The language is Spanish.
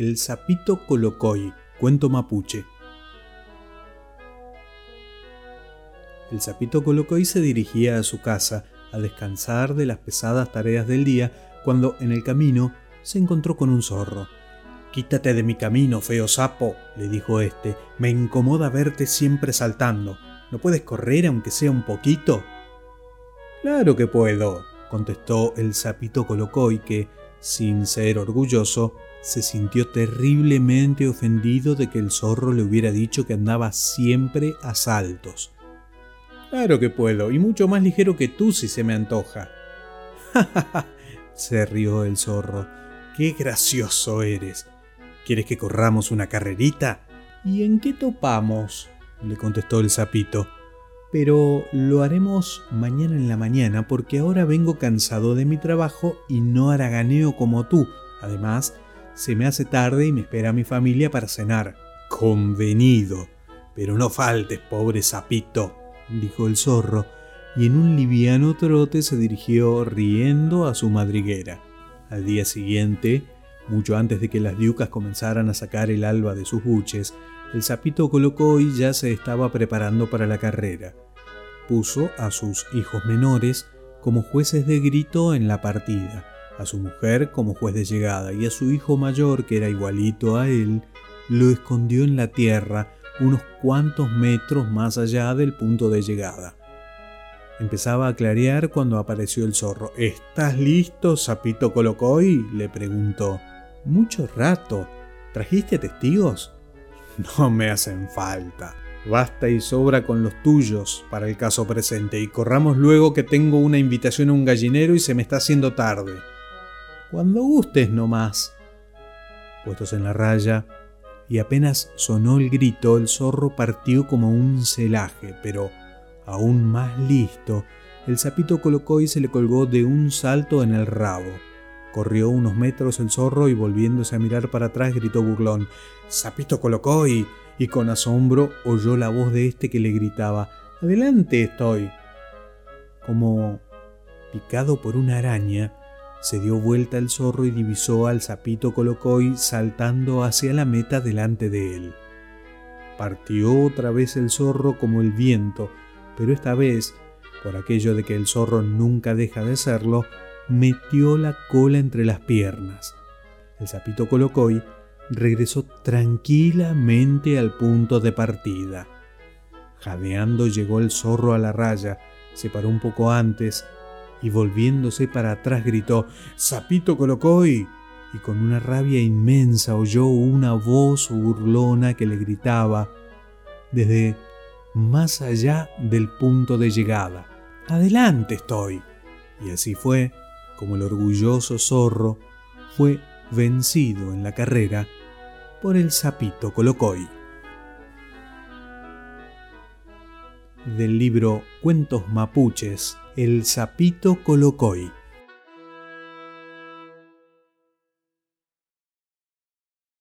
El sapito Colocoy, cuento mapuche. El sapito Colocoy se dirigía a su casa a descansar de las pesadas tareas del día cuando en el camino se encontró con un zorro. «Quítate de mi camino, feo sapo», le dijo este. «Me incomoda verte siempre saltando. ¿No puedes correr aunque sea un poquito?» «Claro que puedo», contestó el sapito Colocoy, que, sin ser orgulloso, se sintió terriblemente ofendido de que el zorro le hubiera dicho que andaba siempre a saltos. «Claro que puedo, y mucho más ligero que tú si se me antoja». «Ja, ja, ja», se rió el zorro. «Qué gracioso eres. ¿Quieres que corramos una carrerita?» «¿Y en qué topamos?», le contestó el sapito. «Pero lo haremos mañana en la mañana porque ahora vengo cansado de mi trabajo y no haraganeo como tú. Además, se me hace tarde y me espera mi familia para cenar». «Convenido. Pero no faltes, pobre sapito», dijo el zorro, y en un liviano trote se dirigió riendo a su madriguera. Al día siguiente, mucho antes de que las diucas comenzaran a sacar el alba de sus buches, el sapito Colocoy ya se estaba preparando para la carrera. Puso a sus hijos menores como jueces de grito en la partida, a su mujer como juez de llegada y a su hijo mayor, que era igualito a él, lo escondió en la tierra unos cuantos metros más allá del punto de llegada. Empezaba a clarear cuando apareció el zorro. «¿Estás listo, sapito Colocoy?», le preguntó. «Mucho rato. ¿Trajiste testigos?» «No me hacen falta. Basta y sobra con los tuyos para el caso presente, y corramos luego que tengo una invitación a un gallinero y se me está haciendo tarde». «Cuando gustes nomás». Puestos en la raya, y apenas sonó el grito, el zorro partió como un celaje, pero aún más listo, el sapito Colocoy se le colgó de un salto en el rabo. Corrió unos metros el zorro y, volviéndose a mirar para atrás, gritó burlón: «¡Sapito Colocoy!», y con asombro oyó la voz de este que le gritaba: «¡Adelante estoy!». Como picado por una araña, se dio vuelta el zorro y divisó al sapito Colocoy saltando hacia la meta delante de él. Partió otra vez el zorro como el viento, pero esta vez, por aquello de que el zorro nunca deja de serlo, metió la cola entre las piernas. El sapito Colocoy regresó tranquilamente al punto de partida. Jadeando llegó el zorro a la raya, se paró un poco antes y, volviéndose para atrás, gritó: «¡Sapito Colocoy!», y con una rabia inmensa oyó una voz burlona que le gritaba desde más allá del punto de llegada: «¡Adelante estoy!». Y así fue como el orgulloso zorro fue vencido en la carrera por el sapito Colocoy. Del libro Cuentos Mapuches, El sapito Colocoy.